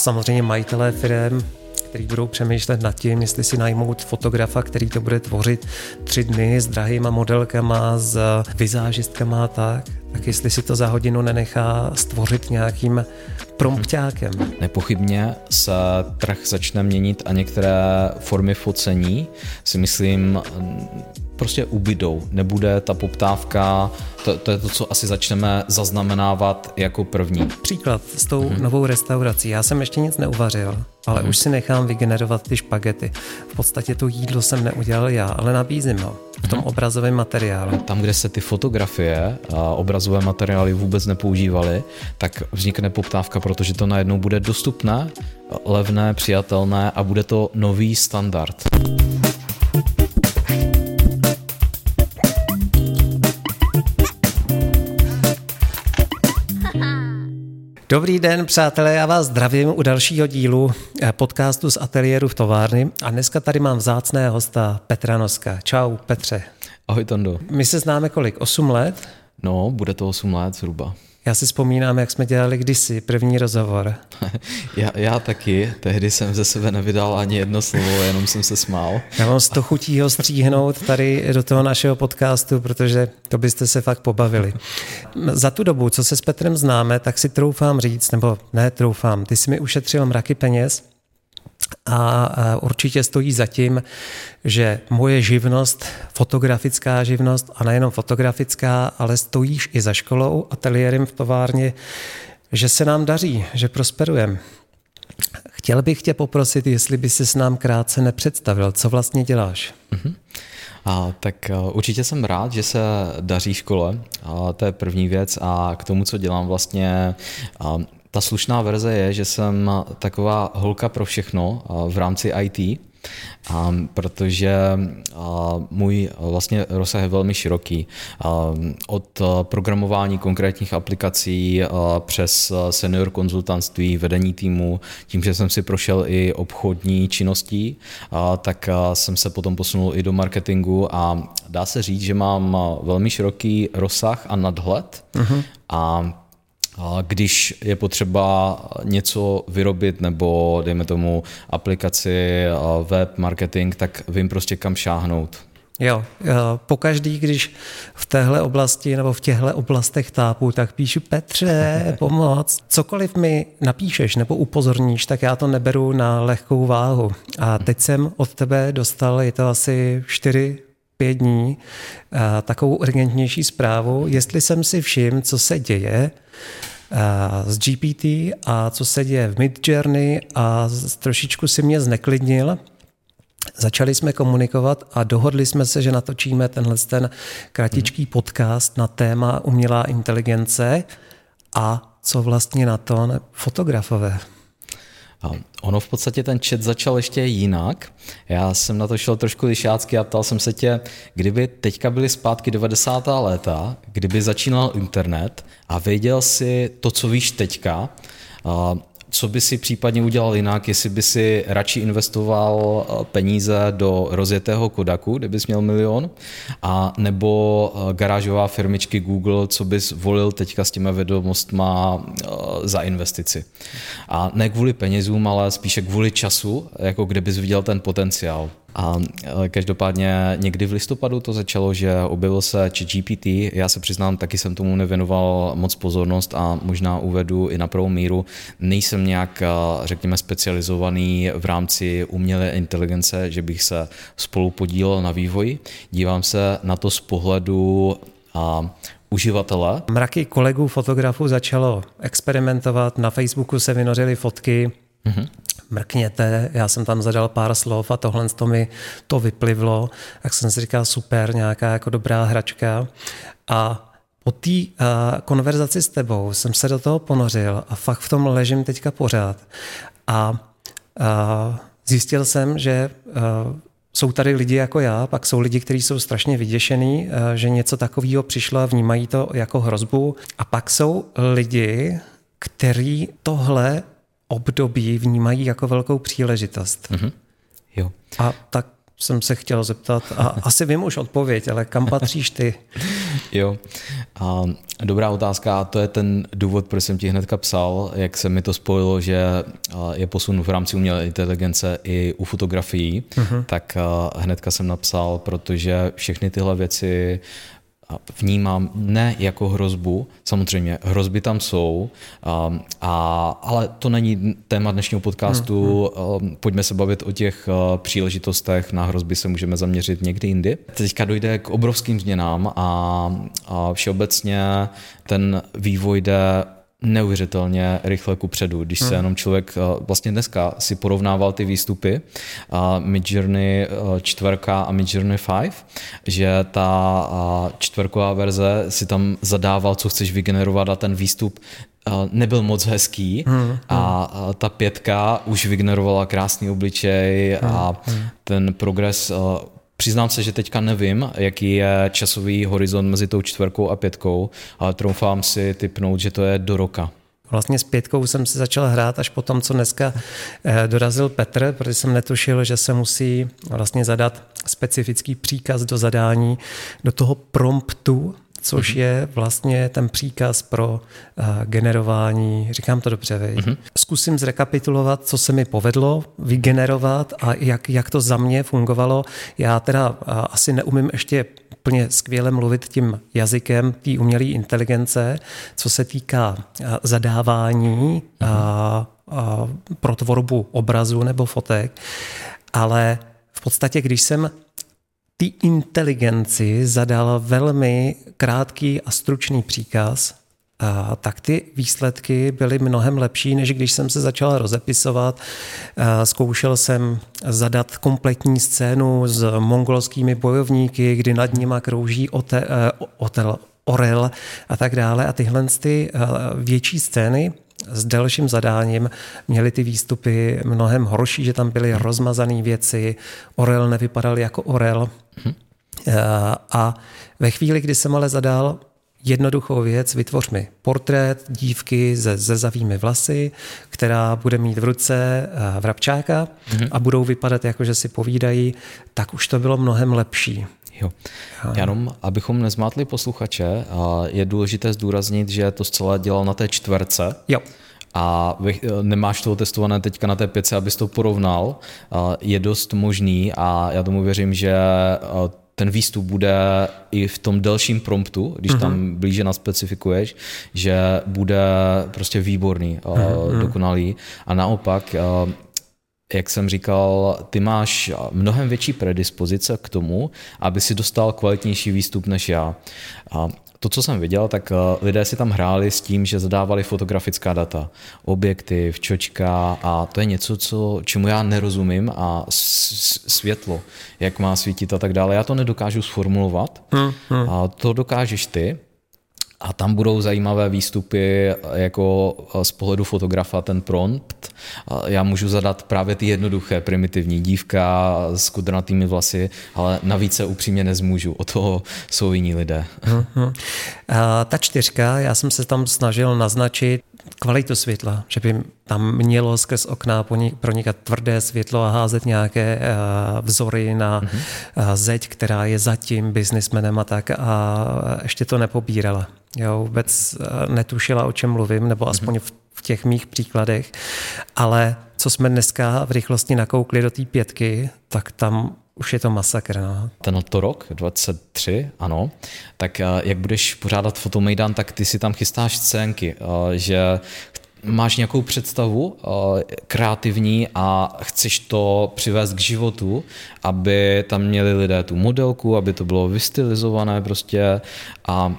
samozřejmě majitelé firem, který budou přemýšlet nad tím, jestli si najmout fotografa, který to bude tvořit 3 dny s drahýma modelkama, s vizážistkama a tak jestli si to za hodinu nenechá stvořit nějakým prompťákem. Nepochybně se trh začne měnit a některé formy focení si myslím prostě ubydou. Nebude ta poptávka, to je to, co asi začneme zaznamenávat jako první. Příklad s tou novou restaurací. Já jsem ještě nic neuvařil, ale už si nechám vygenerovat ty špagety. V podstatě to jídlo jsem neudělal já, ale nabízím ho v tom obrazovém materiálu. Tam, kde se ty fotografie a obrazové materiály vůbec nepoužívaly, tak vznikne poptávka, protože to najednou bude dostupné, levné, přijatelné a bude to nový standard. Dobrý den, přátelé, já vás zdravím u dalšího dílu podcastu z ateliéru v továrny a dneska tady mám vzácného hosta Petra Noska. Čau, Petře. Ahoj, Tondo. My se známe kolik? 8 let? No, bude to 8 let zhruba. Já si vzpomínám, jak jsme dělali kdysi první rozhovor. já taky, tehdy jsem ze sebe nevydal ani jedno slovo, jenom jsem se smál. Já mám 100 chutí ho stříhnout tady do toho našeho podcastu, protože to byste se fakt pobavili. Za tu dobu, co se s Petrem známe, tak si troufám říct, nebo ne troufám, ty jsi mi ušetřil mraky peněz a určitě stojí za tím, že moje živnost, fotografická živnost a nejenom fotografická, ale stojíš i za školou, ateliérem v továrně, že se nám daří, že prosperujeme. Chtěl bych tě poprosit, jestli by si s nám krátce nepředstavil, co vlastně děláš. Tak určitě jsem rád, že se daří škole, to je první věc a k tomu, co dělám vlastně. Ta slušná verze je, že jsem taková holka pro všechno v rámci IT, protože můj vlastně rozsah je velmi široký. Od programování konkrétních aplikací přes senior konzultantství, vedení týmu, tím, že jsem si prošel i obchodní činností, tak jsem se potom posunul i do marketingu a dá se říct, že mám velmi široký rozsah a nadhled. A když je potřeba něco vyrobit nebo dejme tomu aplikaci, web, marketing, tak vím prostě kam šáhnout. Jo, pokaždý, když v téhle oblasti nebo v těchto oblastech tápu, tak píšu Petře, pomoc. Cokoliv mi napíšeš nebo upozorníš, tak já to neberu na lehkou váhu. A teď jsem od tebe dostal, je to asi 4-5 dní, takovou urgentnější zprávu, jestli jsem si všiml, co se děje s GPT a co se děje v Midjourney a trošičku si mě zneklidnil. Začali jsme komunikovat a dohodli jsme se, že natočíme ten kratičký podcast na téma umělá inteligence a co vlastně na to fotografové. Ono v podstatě ten chat začal ještě jinak. Já jsem na to šel trošku lišácky a ptal jsem se tě, kdyby teďka byly zpátky 90. léta, kdyby začínal internet a věděl si to, co víš teďka, co by si případně udělal jinak, jestli by si radši investoval peníze do rozjetého Kodaku, kde bys měl 1 milion, a nebo garážová firmičky Google, co bys volil teďka s těma vědomostma za investici. A ne kvůli penězům, ale spíše kvůli času, jako kde bys viděl ten potenciál. A každopádně někdy v listopadu to začalo, že objevil se ChatGPT. Já se přiznám, taky jsem tomu nevěnoval moc pozornost a možná uvedu i na pravou míru. Nejsem nějak, řekněme, specializovaný v rámci umělé inteligence, že bych se spolu podílel na vývoji. Dívám se na to z pohledu uživatele. Mraky kolegů fotografů začalo experimentovat, na Facebooku se vynořily fotky, mrkněte, já jsem tam zadal pár slov a tohle mi to vyplivlo, tak jsem si říkal super, nějaká jako dobrá hračka a po té konverzaci s tebou jsem se do toho ponořil a fakt v tom ležím teďka pořád a zjistil jsem, že jsou tady lidi jako já, pak jsou lidi, kteří jsou strašně vyděšený, že něco takového přišlo a vnímají to jako hrozbu a pak jsou lidi, kteří tohle období vnímají jako velkou příležitost. Jo. A tak jsem se chtěl zeptat, a asi vím už odpověď, ale kam patříš ty? Jo. Dobrá otázka, a to je ten důvod, proč jsem ti hnedka psal, jak se mi to spojilo, že je posun v rámci umělé inteligence i u fotografií, tak hnedka jsem napsal, protože všechny tyhle věci vnímám ne jako hrozbu, samozřejmě hrozby tam jsou, ale to není téma dnešního podcastu, pojďme se bavit o těch příležitostech, na hrozby se můžeme zaměřit někdy jindy. Teďka dojde k obrovským změnám a všeobecně ten vývoj jde neuvěřitelně rychle kupředu. Když se jenom člověk vlastně dneska si porovnával ty výstupy Midjourney 4 a Midjourney 5, že ta čtvrková verze si tam zadával, co chceš vygenerovat a ten výstup nebyl moc hezký a ta 5 už vygenerovala krásný obličej a ten progres. Přiznám se, že teďka nevím, jaký je časový horizont mezi tou 4 a 5, ale troufám si tipnout, že to je do roka. Vlastně s 5 jsem si začal hrát až po tom, co dneska dorazil Petr, protože jsem netušil, že se musí vlastně zadat specifický příkaz do zadání do toho promptu, což je vlastně ten příkaz pro generování, říkám to dobře, vej. Zkusím zrekapitulovat, co se mi povedlo vygenerovat a jak to za mě fungovalo. Já teda asi neumím ještě úplně skvěle mluvit tím jazykem té umělé inteligence, co se týká zadávání pro tvorbu obrazu nebo fotek, ale v podstatě, když jsem té inteligenci zadal velmi krátký a stručný příkaz, tak ty výsledky byly mnohem lepší, než když jsem se začal rozepisovat. Zkoušel jsem zadat kompletní scénu s mongolskými bojovníky, kdy nad nima krouží orel a tak dále. A tyhle ty větší scény s delším zadáním měly ty výstupy mnohem horší, že tam byly rozmazané věci, orel nevypadal jako orel. A ve chvíli, kdy jsem ale zadal jednoduchou věc, vytvoř mi portrét dívky se zezavými vlasy, která bude mít v ruce vrabčáka a budou vypadat jako, že si povídají, tak už to bylo mnohem lepší. Jo. Jenom, abychom nezmátli posluchače, je důležité zdůraznit, že to zcela dělal na té 4. Jo. A nemáš toho testované teďka na té 5, abys to porovnal. Je dost možný a já tomu věřím, že ten výstup bude i v tom delším promptu, když tam blíže naspecifikuješ, že bude prostě výborný, dokonalý. A naopak, jak jsem říkal, ty máš mnohem větší predispozice k tomu, aby si dostal kvalitnější výstup než já. To, co jsem viděl, tak lidé si tam hráli s tím, že zadávali fotografická data, objektiv, čočka a to je něco, čemu já nerozumím a světlo, jak má svítit a tak dále. Já to nedokážu sformulovat a to dokážeš ty. A tam budou zajímavé výstupy jako z pohledu fotografa ten prompt. Já můžu zadat právě ty jednoduché, primitivní dívka s kudrnatými vlasy, ale navíc se upřímně nezmůžu. O toho jsou jiní lidé. Ta 4, já jsem se tam snažil naznačit kvalitu světla, že by tam mělo skrz okna pronikat tvrdé světlo a házet nějaké vzory na zeď, která je za tím biznismenem a tak a ještě to nepobírala. Jo, vůbec netušila, o čem mluvím, nebo aspoň v těch mých příkladech, ale co jsme dneska v rychlosti nakoukli do té 5, tak tam už je to masakr. No. Tento rok, 23, ano, tak jak budeš pořádat fotomejdan, tak ty si tam chystáš scénky, že máš nějakou představu kreativní a chceš to přivést k životu, aby tam měli lidé tu modelku, aby to bylo vystylizované prostě a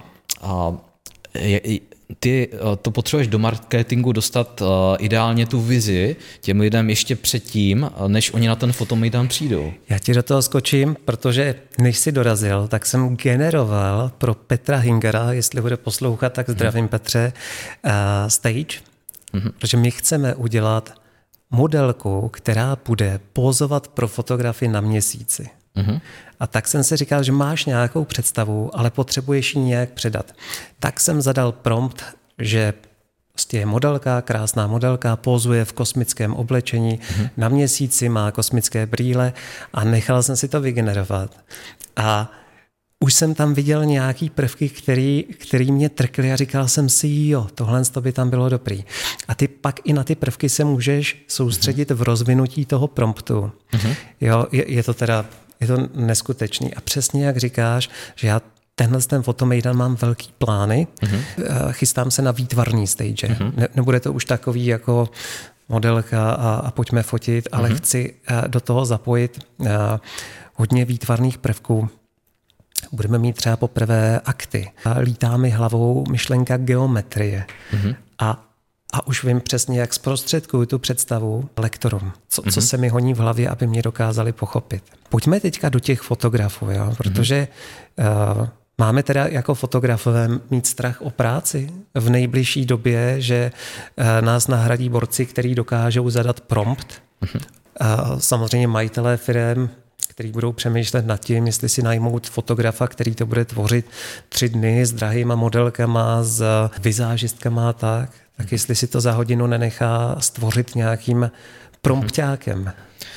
ty to potřebuješ do marketingu dostat ideálně tu vizi těm lidem ještě předtím, než oni na ten fotomejdan přijdou. Já ti do toho skočím, protože než jsi dorazil, tak jsem generoval pro Petra Hingera, jestli bude poslouchat, tak zdravím Petře, stage, protože my chceme udělat modelku, která bude pózovat pro fotografii na měsíci. A tak jsem si říkal, že máš nějakou představu, ale potřebuješ ji nějak předat. Tak jsem zadal prompt, že je modelka, krásná modelka, pózuje v kosmickém oblečení, na měsíci má kosmické brýle a nechal jsem si to vygenerovat. A už jsem tam viděl nějaký prvky, který mě trkly a říkal jsem si, jo, tohle by tam bylo dobrý. A ty pak i na ty prvky se můžeš soustředit v rozvinutí toho promptu. Jo, je to neskutečný. A přesně jak říkáš, že já ten fotomejdan mám velký plány, chystám se na výtvarný stage. Nebude to už takový jako modelka a pojďme fotit, ale chci do toho zapojit hodně výtvarných prvků. Budeme mít třeba poprvé akty. Lítá mi hlavou myšlenka geometrie. A už vím přesně, jak zprostředkuju tu představu lektorům. Co se mi honí v hlavě, aby mě dokázali pochopit. Pojďme teďka do těch fotografů, jo? Protože máme teda jako fotografové mít strach o práci v nejbližší době, že nás nahradí borci, kteří dokážou zadat prompt. Samozřejmě majitelé firem, který budou přemýšlet nad tím, jestli si najmout fotografa, který to bude tvořit 3 dny s drahýma modelkama, s vizážistkama a tak jestli si to za hodinu nenechá stvořit nějakým prompťákem.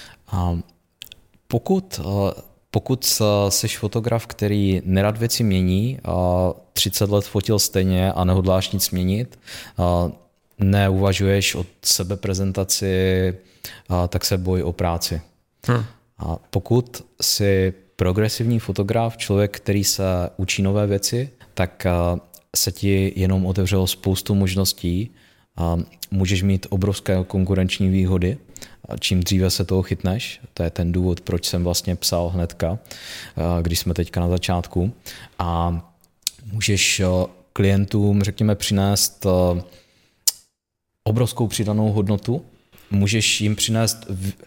Pokud jsi fotograf, který nerad věci mění, 30 let fotil stejně a nehodláš nic měnit, neuvažuješ o sebeprezentaci, tak se boj o práci. A pokud jsi progresivní fotograf, člověk, který se učí nové věci, tak se ti jenom otevřelo spoustu možností a můžeš mít obrovské konkurenční výhody. A čím dříve se toho chytneš, to je ten důvod, proč jsem vlastně psal hnedka, když jsme teďka na začátku. A můžeš klientům, řekněme, přinést obrovskou přidanou hodnotu, můžeš jim přinést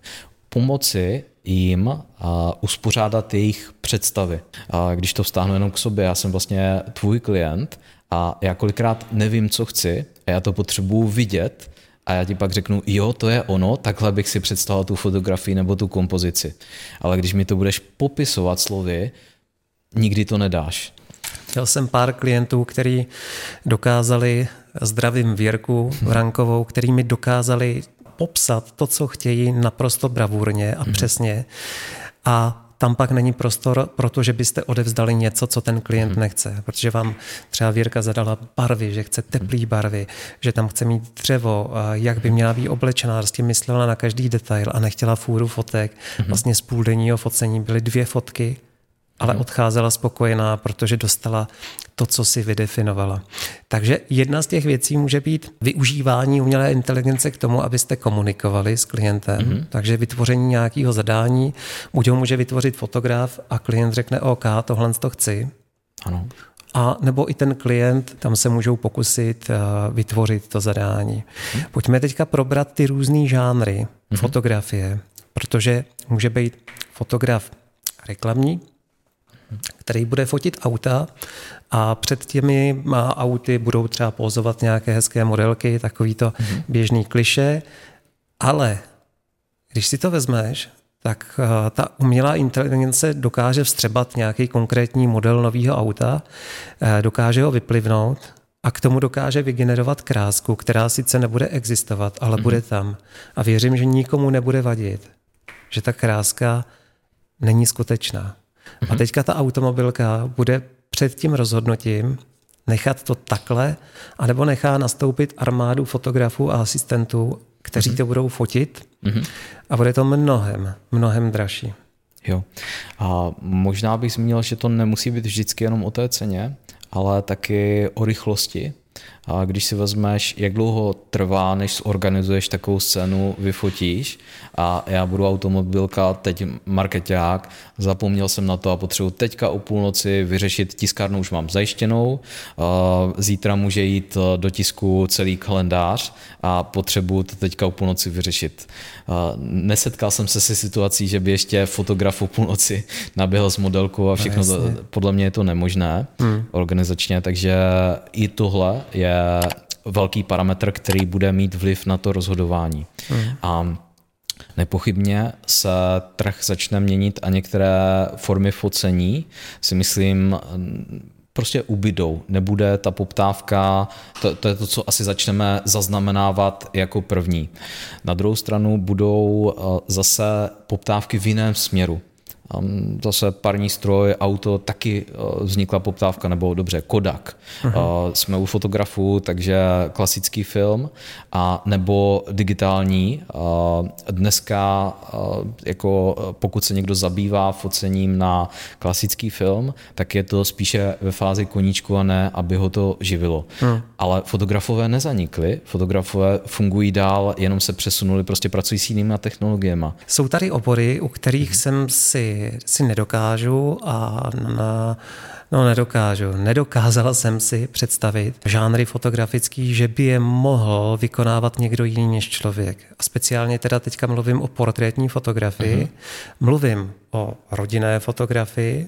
pomoci jim uspořádat jejich představy. A když to vztáhnu jenom k sobě, já jsem vlastně tvůj klient a já kolikrát nevím, co chci a já to potřebuju vidět a já ti pak řeknu, jo, to je ono, takhle bych si představil tu fotografii nebo tu kompozici. Ale když mi to budeš popisovat slovy, nikdy to nedáš. Měl jsem pár klientů, kteří dokázali, zdravím Věrku Vrankovou, který mi dokázali popsat to, co chtějí, naprosto bravurně a přesně. A tam pak není prostor, protože byste odevzdali něco, co ten klient nechce. Protože vám třeba Věrka zadala barvy, že chce teplý barvy, že tam chce mít dřevo, jak by měla být oblečená, prostě myslela na každý detail a nechtěla fůru fotek. Vlastně z půldenního focení byly 2 fotky, ale odcházela spokojená, protože dostala to, co si vydefinovala. Takže jedna z těch věcí může být využívání umělé inteligence k tomu, abyste komunikovali s klientem. Takže vytvoření nějakého zadání, buď ho může vytvořit fotograf a klient řekne OK, tohle to chci. Ano. A nebo i ten klient, tam se můžou pokusit vytvořit to zadání. Pojďme teďka probrat ty různý žánry fotografie, protože může být fotograf reklamní, který bude fotit auta a před těmi auty budou třeba pózovat nějaké hezké modelky, takový to běžný klišé, ale když si to vezmeš, tak ta umělá inteligence dokáže vstřebat nějaký konkrétní model nového auta, dokáže ho vyplivnout a k tomu dokáže vygenerovat krásku, která sice nebude existovat, ale bude tam. A věřím, že nikomu nebude vadit, že ta kráska není skutečná. A teďka ta automobilka bude před tím rozhodnutím nechat to takhle, anebo nechá nastoupit armádu fotografů a asistentů, kteří to budou fotit a bude to mnohem dražší. Jo. A možná bych zmínil, že to nemusí být vždycky jenom o té ceně, ale taky o rychlosti. A když si vezmeš, jak dlouho trvá, než zorganizuješ takovou scénu, vyfotíš a já budu automobilka, teď markeťák, zapomněl jsem na to a potřebuji teďka o půlnoci vyřešit, tiskárnu už mám zajištěnou, zítra může jít do tisku celý kalendář a potřebuji to teďka o půlnoci vyřešit. Nesetkal jsem se se situací, že by ještě fotograf o půlnoci naběhl s modelkou a všechno, podle mě je to nemožné organizačně, takže i tohle je velký parametr, který bude mít vliv na to rozhodování. A nepochybně se trh začne měnit a některé formy focení si myslím prostě ubydou. Nebude ta poptávka, to je to, co asi začneme zaznamenávat jako první. Na druhou stranu budou zase poptávky v jiném směru. Zase parní stroj, auto, taky vznikla poptávka, nebo dobře, Kodak. Jsme u fotografů, takže klasický film, a nebo digitální. Dneska, jako pokud se někdo zabývá focením na klasický film, tak je to spíše ve fázi koníčku a ne, aby ho to živilo. Ale fotografové nezanikli, fotografové fungují dál, jenom se přesunuli, prostě pracují s jinými technologiemi. Jsou tady obory, u kterých jsem si nedokážu nedokázala jsem si představit žánry fotografický, že by je mohl vykonávat někdo jiný než člověk. A speciálně teda teďka mluvím o portrétní fotografii, mluvím o rodinné fotografii,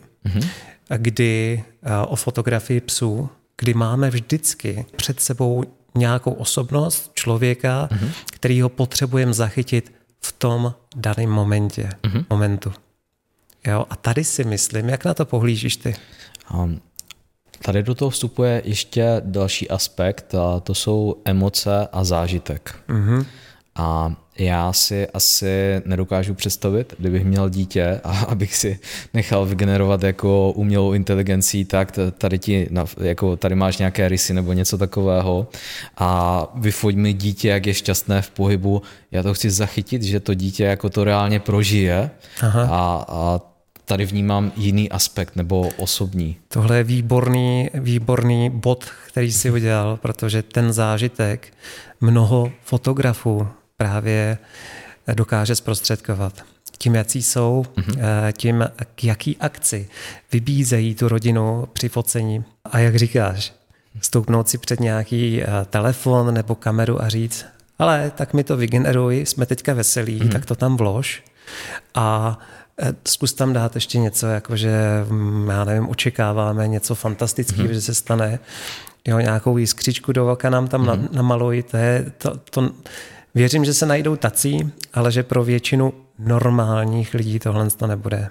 o fotografii psů, kdy máme vždycky před sebou nějakou osobnost člověka, kterýho potřebujeme zachytit v tom daném momentu. Jo, a tady si myslím, jak na to pohlížíš ty? Tady do toho vstupuje ještě další aspekt, a to jsou emoce a zážitek. A já si asi nedokážu představit, kdybych měl dítě a abych si nechal vygenerovat jako umělou inteligencí, tak tady máš nějaké rysy nebo něco takového a vyfoť mi dítě, jak je šťastné v pohybu. Já to chci zachytit, že to dítě jako to reálně prožije a tady vnímám jiný aspekt nebo osobní. Tohle je výborný bod, který si udělal, protože ten zážitek mnoho fotografů právě dokáže zprostředkovat. Tím, jací jsou, tím, k jaký akci vybízejí tu rodinu při focení. A jak říkáš, stoupnout si před nějaký telefon nebo kameru a říct, ale tak mi to vygeneruj, jsme teďka veselí, tak to tam vlož a zkus tam dát ještě něco, jakože, já nevím, očekáváme něco fantastického, že se stane, jo, nějakou jiskřičku do oka nám tam namaluj, to věřím, že se najdou tací, ale že pro většinu normálních lidí tohle to nebude.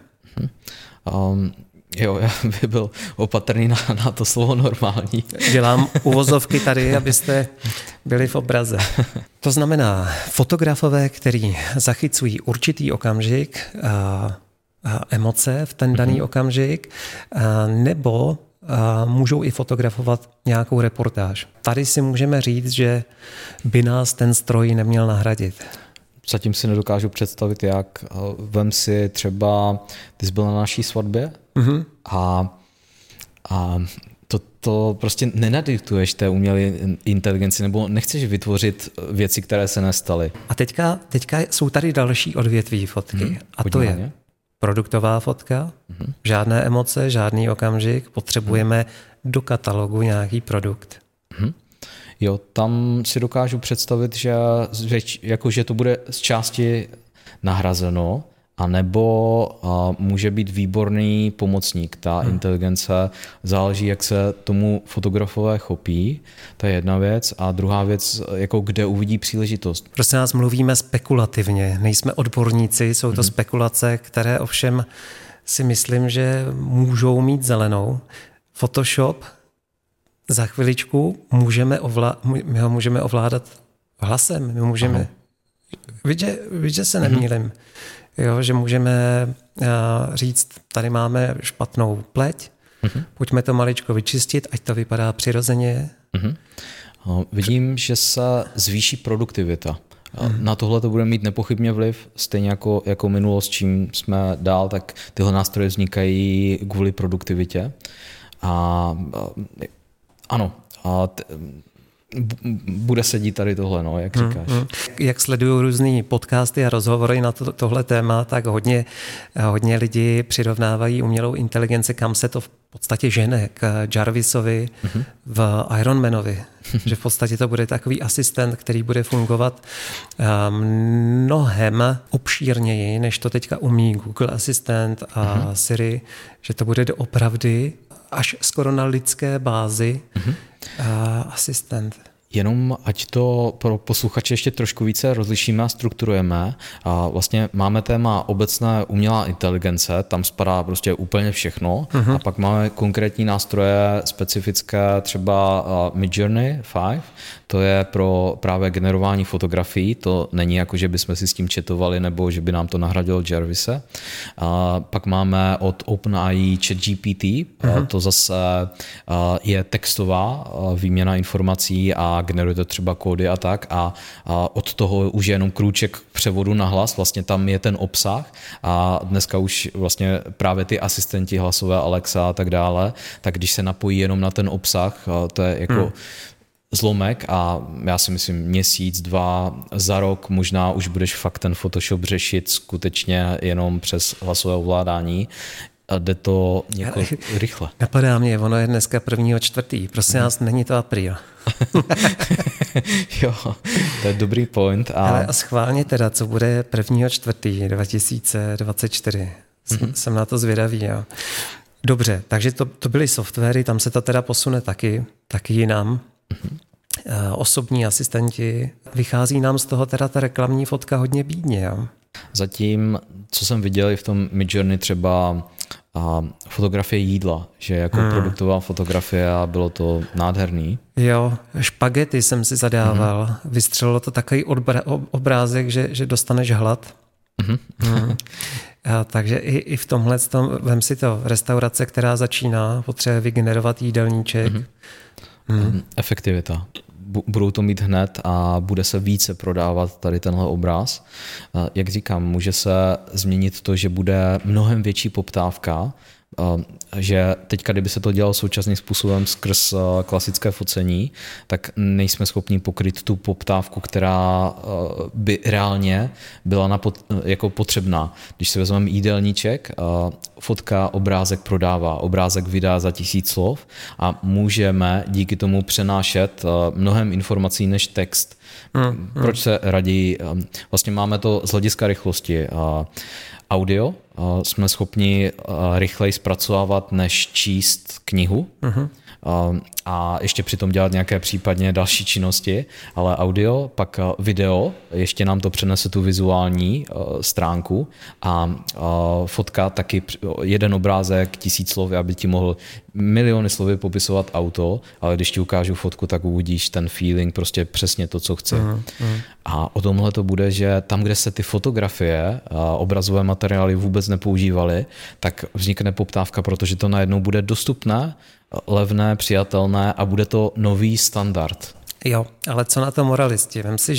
Jo, já bych byl opatrný na to slovo normální. Dělám uvozovky tady, abyste byli v obraze. To znamená, fotografové, který zachycují určitý okamžik, emoce v ten daný okamžik, nebo můžou i fotografovat nějakou reportáž. Tady si můžeme říct, že by nás ten stroj neměl nahradit. Zatím si nedokážu představit, jak. Vem si třeba, ty jsi byl na naší svatbě a to prostě nenadiktuješ té umělé inteligenci nebo nechceš vytvořit věci, které se nestaly. A teďka jsou tady další odvětví fotky. A to je produktová fotka, žádné emoce, žádný okamžik, potřebujeme do katalogu nějaký produkt. Jo, tam si dokážu představit, že to bude z části nahrazeno, anebo může být výborný pomocník. Ta inteligence záleží, jak se tomu fotografové chopí, to je jedna věc. A druhá věc, jako kde uvidí příležitost. Prostě nás mluvíme spekulativně, nejsme odborníci, jsou to spekulace, které ovšem si myslím, že můžou mít zelenou. Photoshop za chviličku my ho můžeme ovládat hlasem, my můžeme, víš, že se nemýlim, jo, že můžeme říct, tady máme špatnou pleť, pojďme to maličko vyčistit, ať to vypadá přirozeně. Vidím, že se zvýší produktivita. Na tohle to bude mít nepochybně vliv, stejně jako minulost, čím jsme dál, tak tyhle nástroje vznikají kvůli produktivitě. Ano, bude se dít tady tohle, no, jak říkáš. Jak sleduju různý podcasty a rozhovory na tohle téma, tak hodně lidí přirovnávají umělou inteligenci, kam se to v podstatě žene, k Jarvisovi v Ironmanovi. Že v podstatě to bude takový asistent, který bude fungovat mnohem obšírněji, než to teďka umí Google Asistent a Siri, že to bude doopravdy až skoro na lidské bázi asistent. Jenom ať to pro posluchače ještě trošku více rozlišíme a strukturujeme. A vlastně máme téma obecné umělá inteligence, tam spadá prostě úplně všechno. A pak máme konkrétní nástroje specifické, třeba Midjourney 5, to je pro právě generování fotografií, to není jako, že bychom si s tím chatovali nebo že by nám to nahradilo Jarvise. A pak máme od OpenAI ChatGPT, to zase je textová výměna informací a generuje to třeba kódy a tak a od toho už je jenom krůček k převodu na hlas, vlastně tam je ten obsah a dneska už vlastně právě ty asistenti hlasové Alexa a tak dále, tak když se napojí jenom na ten obsah, to je jako zlomek a já si myslím měsíc, 2 za rok možná už budeš fakt ten Photoshop řešit skutečně jenom přes hlasové ovládání. A jde to rychle. Napadá mě, ono je dneska 1.4. Prosím vás, není to apríl. Jo, to je dobrý point. Ale a schválně teda, co bude 1.4. 2024. Jsem na to zvědavý. Jo. Dobře, takže to byly softwary, tam se to teda posune taky jinam. Osobní asistenti. Vychází nám z toho teda ta reklamní fotka hodně bídně. Jo? Zatím, co jsem viděl i v tom Midjourney třeba fotografie jídla, že jako produktová fotografie a bylo to nádherný. Jo, špagety jsem si zadával. Vystřelilo to takový obrázek, že dostaneš hlad. Takže i v tomhle, vem si to, restaurace, která začíná, potřebuje vygenerovat jídelníček. Efektivita. Budou to mít hned a bude se více prodávat tady tenhle obraz. Jak říkám, může se změnit to, že bude mnohem větší poptávka, že teďka, kdyby se to dělalo současným způsobem skrz klasické focení, tak nejsme schopni pokryt tu poptávku, která by reálně byla jako potřebná. Když si vezmeme jídelníček, fotka, obrázek prodává, obrázek vydá za 1000 slov a můžeme díky tomu přenášet mnohem informací než text. Proč se raději, vlastně máme to z hlediska rychlosti. Audio jsme schopni rychleji zpracovávat, než číst knihu a ještě přitom dělat nějaké případně další činnosti, ale audio, pak video, ještě nám to přenese tu vizuální stránku a fotka taky jeden obrázek, 1000 slov, aby ti mohl miliony slovy popisovat auto, ale když ti ukážu fotku, tak uvidíš ten feeling, prostě přesně to, co chci. A o tomhle to bude, že tam, kde se ty fotografie, obrazové materiály vůbec nepoužívaly, tak vznikne poptávka, protože to najednou bude dostupné, levné, přijatelné a bude to nový standard. Jo, ale co na to moralisti?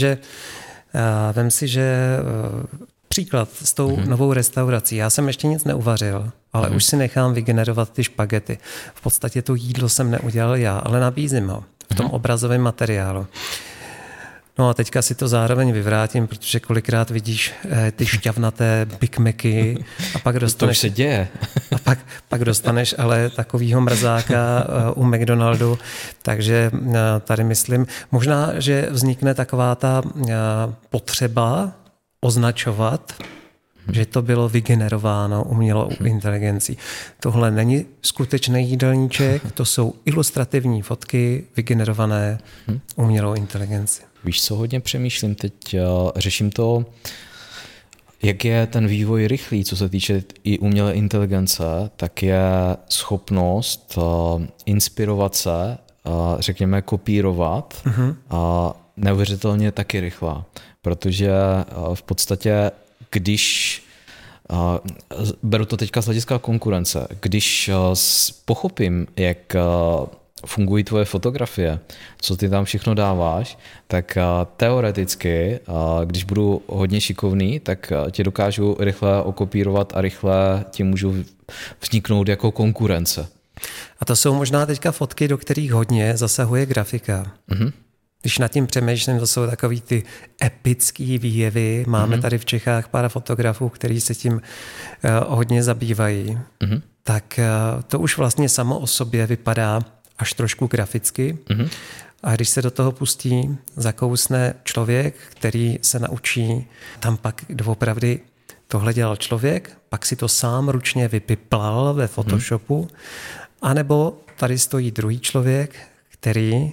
Vem si, že příklad s tou novou restaurací. Já jsem ještě nic neuvařil, ale už si nechám vygenerovat ty špagety. V podstatě to jídlo jsem neudělal já, ale nabízím ho v tom obrazovém materiálu. No a teďka si to zároveň vyvrátím, protože kolikrát vidíš ty šťavnaté Big Macy a pak dostaneš... To už se děje. A pak dostaneš ale takovýho mrzáka u McDonaldu, takže tady myslím, možná, že vznikne taková ta potřeba označovat, že to bylo vygenerováno umělou inteligencí. Tohle není skutečný jídelníček, to jsou ilustrativní fotky vygenerované umělou inteligencí. Víš, co hodně přemýšlím teď, řeším to, jak je ten vývoj rychlý, co se týče i umělé inteligence, tak je schopnost inspirovat se, řekněme kopírovat, neuvěřitelně taky rychlá, protože v podstatě, když beru to teďka z hlediska konkurence, když pochopím, jak fungují tvoje fotografie, co ty tam všechno dáváš, tak teoreticky, když budu hodně šikovný, tak tě dokážu rychle okopírovat a rychle ti můžu vzniknout jako konkurence. A to jsou možná teďka fotky, do kterých hodně zasahuje grafika. Když nad tím přemýšlím, to jsou takový ty epický výjevy. Máme tady v Čechách pár fotografů, kteří se tím hodně zabývají. Tak to už vlastně samo o sobě vypadá až trošku graficky. A když se do toho pustí, zakousne člověk, který se naučí, tam pak doopravdy tohle dělal člověk, pak si to sám ručně vypiplal ve Photoshopu, anebo tady stojí druhý člověk, který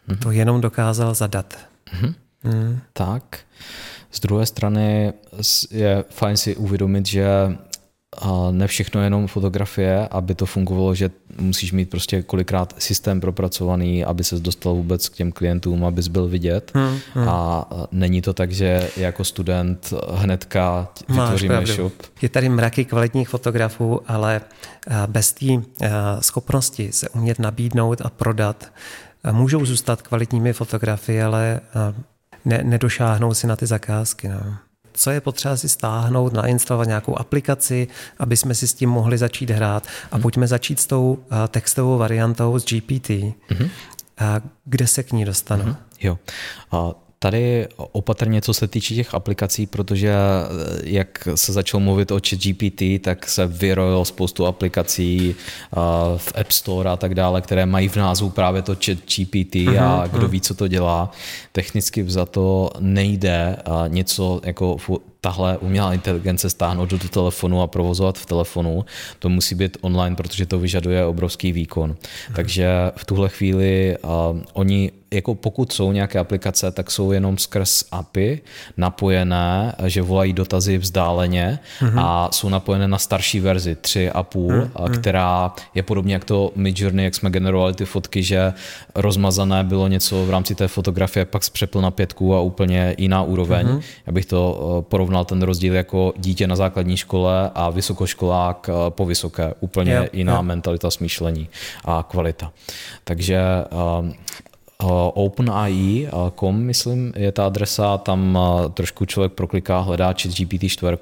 to jenom dokázal zadat. Tak. Z druhé strany je fajn si uvědomit, že ne všechno je jenom fotografie, aby to fungovalo, že musíš mít prostě kolikrát systém propracovaný, aby ses dostal vůbec k těm klientům, abys byl vidět. A není to tak, že jako student hnedka vytvoříme e-shop. Je tady mraky kvalitních fotografů, ale bez té schopnosti se umět nabídnout a prodat můžou zůstat kvalitními fotografy, ale nedošáhnou si na ty zakázky. No. Co je potřeba si stáhnout, nainstalovat nějakou aplikaci, aby jsme si s tím mohli začít hrát. A pojďme začít s tou textovou variantou z GPT. Kde se k ní dostanu? Jo. Tady opatrně, co se týče těch aplikací, protože jak se začal mluvit o ChatGPT, tak se vyrojilo spoustu aplikací v App Store a tak dále, které mají v názvu právě to ChatGPT a kdo ví, co to dělá. Technicky vzato nejde něco jako tahle umělá inteligence stáhnout do telefonu a provozovat v telefonu. To musí být online, protože to vyžaduje obrovský výkon. Takže v tuhle chvíli oni, jako pokud jsou nějaké aplikace, tak jsou jenom skrz API napojené, že volají dotazy vzdáleně a jsou napojené na starší verzi 3.5, která je podobně jak to Midjourney, jak jsme generovali ty fotky, že rozmazané bylo něco v rámci té fotografie, pak přepl na 5 a úplně jiná úroveň. Já bych to porovnal ten rozdíl jako dítě na základní škole a vysokoškolák po vysoké. Úplně jiná mentalita smýšlení a kvalita. Takže OpenAI.com, myslím, je ta adresa, tam trošku člověk prokliká, hledá ChatGPT 4.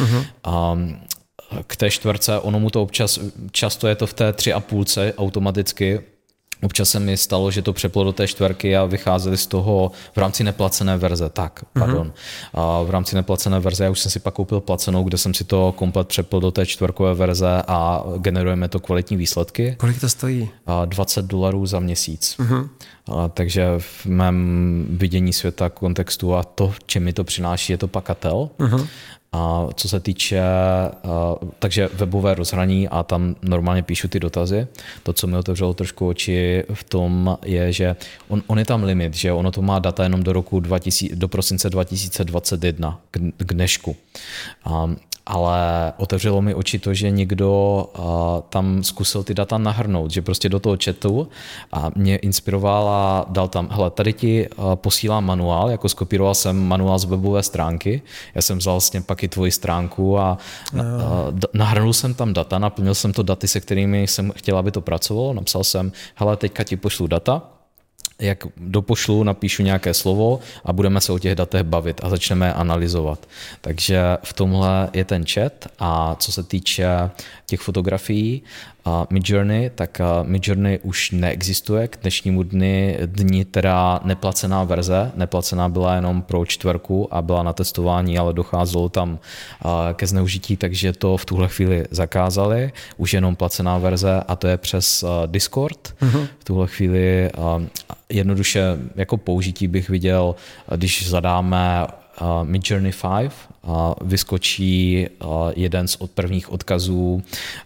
K té 4, ono mu to občas, často je to v té 3.5 automaticky. Občas se mi stalo, že to přeplo do té 4 a vycházeli z toho v rámci neplacené verze. V rámci neplacené verze já už jsem si pak koupil placenou, kde jsem si to komplet přepl do té 4 verze a generujeme to kvalitní výsledky. Kolik to stojí? $20 za měsíc. Takže v mém vidění světa, kontextu a to, čem mi to přináší, je to pakatel. A co se týče, takže webové rozhraní a tam normálně píšu ty dotazy. To, co mi otevřelo trošku oči v tom, je, že on je tam limit, že ono to má data jenom do prosince 2021 k dnešku. Ale otevřelo mi oči to, že někdo tam zkusil ty data nahrnout, že prostě do toho chatu a mě inspiroval a dal tam, hele, tady ti posílám manuál, jako skopíroval jsem manuál z webové stránky, já jsem vzal vlastně pak i tvoji stránku a nahrnul jsem tam data, naplnil jsem to daty, se kterými jsem chtěl, aby to pracovalo, napsal jsem, hele, teďka ti pošlu data, jak dopošlu, napíšu nějaké slovo a budeme se o těch datech bavit a začneme je analyzovat. Takže v tomhle je ten chat a co se týče těch fotografií Midjourney, tak Midjourney už neexistuje k dnešnímu dni teda neplacená verze. Neplacená byla jenom pro 4 a byla na testování, ale docházelo tam ke zneužití, takže to v tuhle chvíli zakázali. Už jenom placená verze a to je přes Discord. V tuhle chvíli jednoduše jako použití bych viděl, když zadáme Midjourney 5, vyskočí jeden z prvních odkazů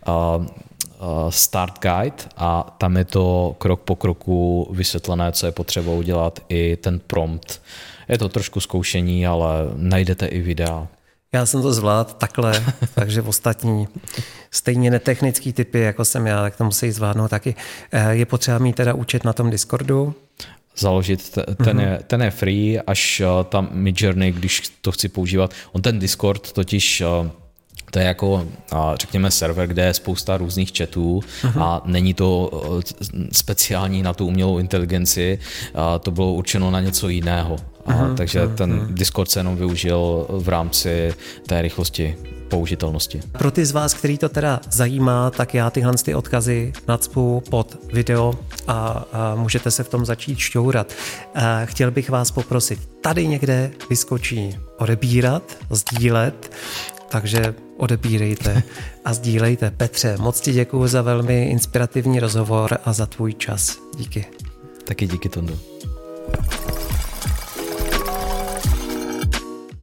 Start Guide a tam je to krok po kroku vysvětlené, co je potřeba udělat, i ten prompt. Je to trošku zkoušení, ale najdete i videa. Já jsem to zvládl takhle, takže ostatní stejně netechnický typy, jako jsem já, tak to musí zvládnout taky. Je potřeba mít teda účet na tom Discordu? Založit, ten je free, až tam Midjourney, když to chci používat. On ten Discord totiž, to je jako, řekněme, server, kde je spousta různých chatů a není to speciální na tu umělou inteligenci, to bylo určeno na něco jiného. Takže ten Discord se jenom využil v rámci té rychlosti použitelnosti. Pro ty z vás, který to teda zajímá, tak já tyhle ty odkazy nacpu pod video a můžete se v tom začít šťourat. Chtěl bych vás poprosit, tady někde vyskočí odebírat, sdílet, takže odebírejte a sdílejte. Petře, moc ti děkuju za velmi inspirativní rozhovor a za tvůj čas. Díky. Taky díky, Tondo.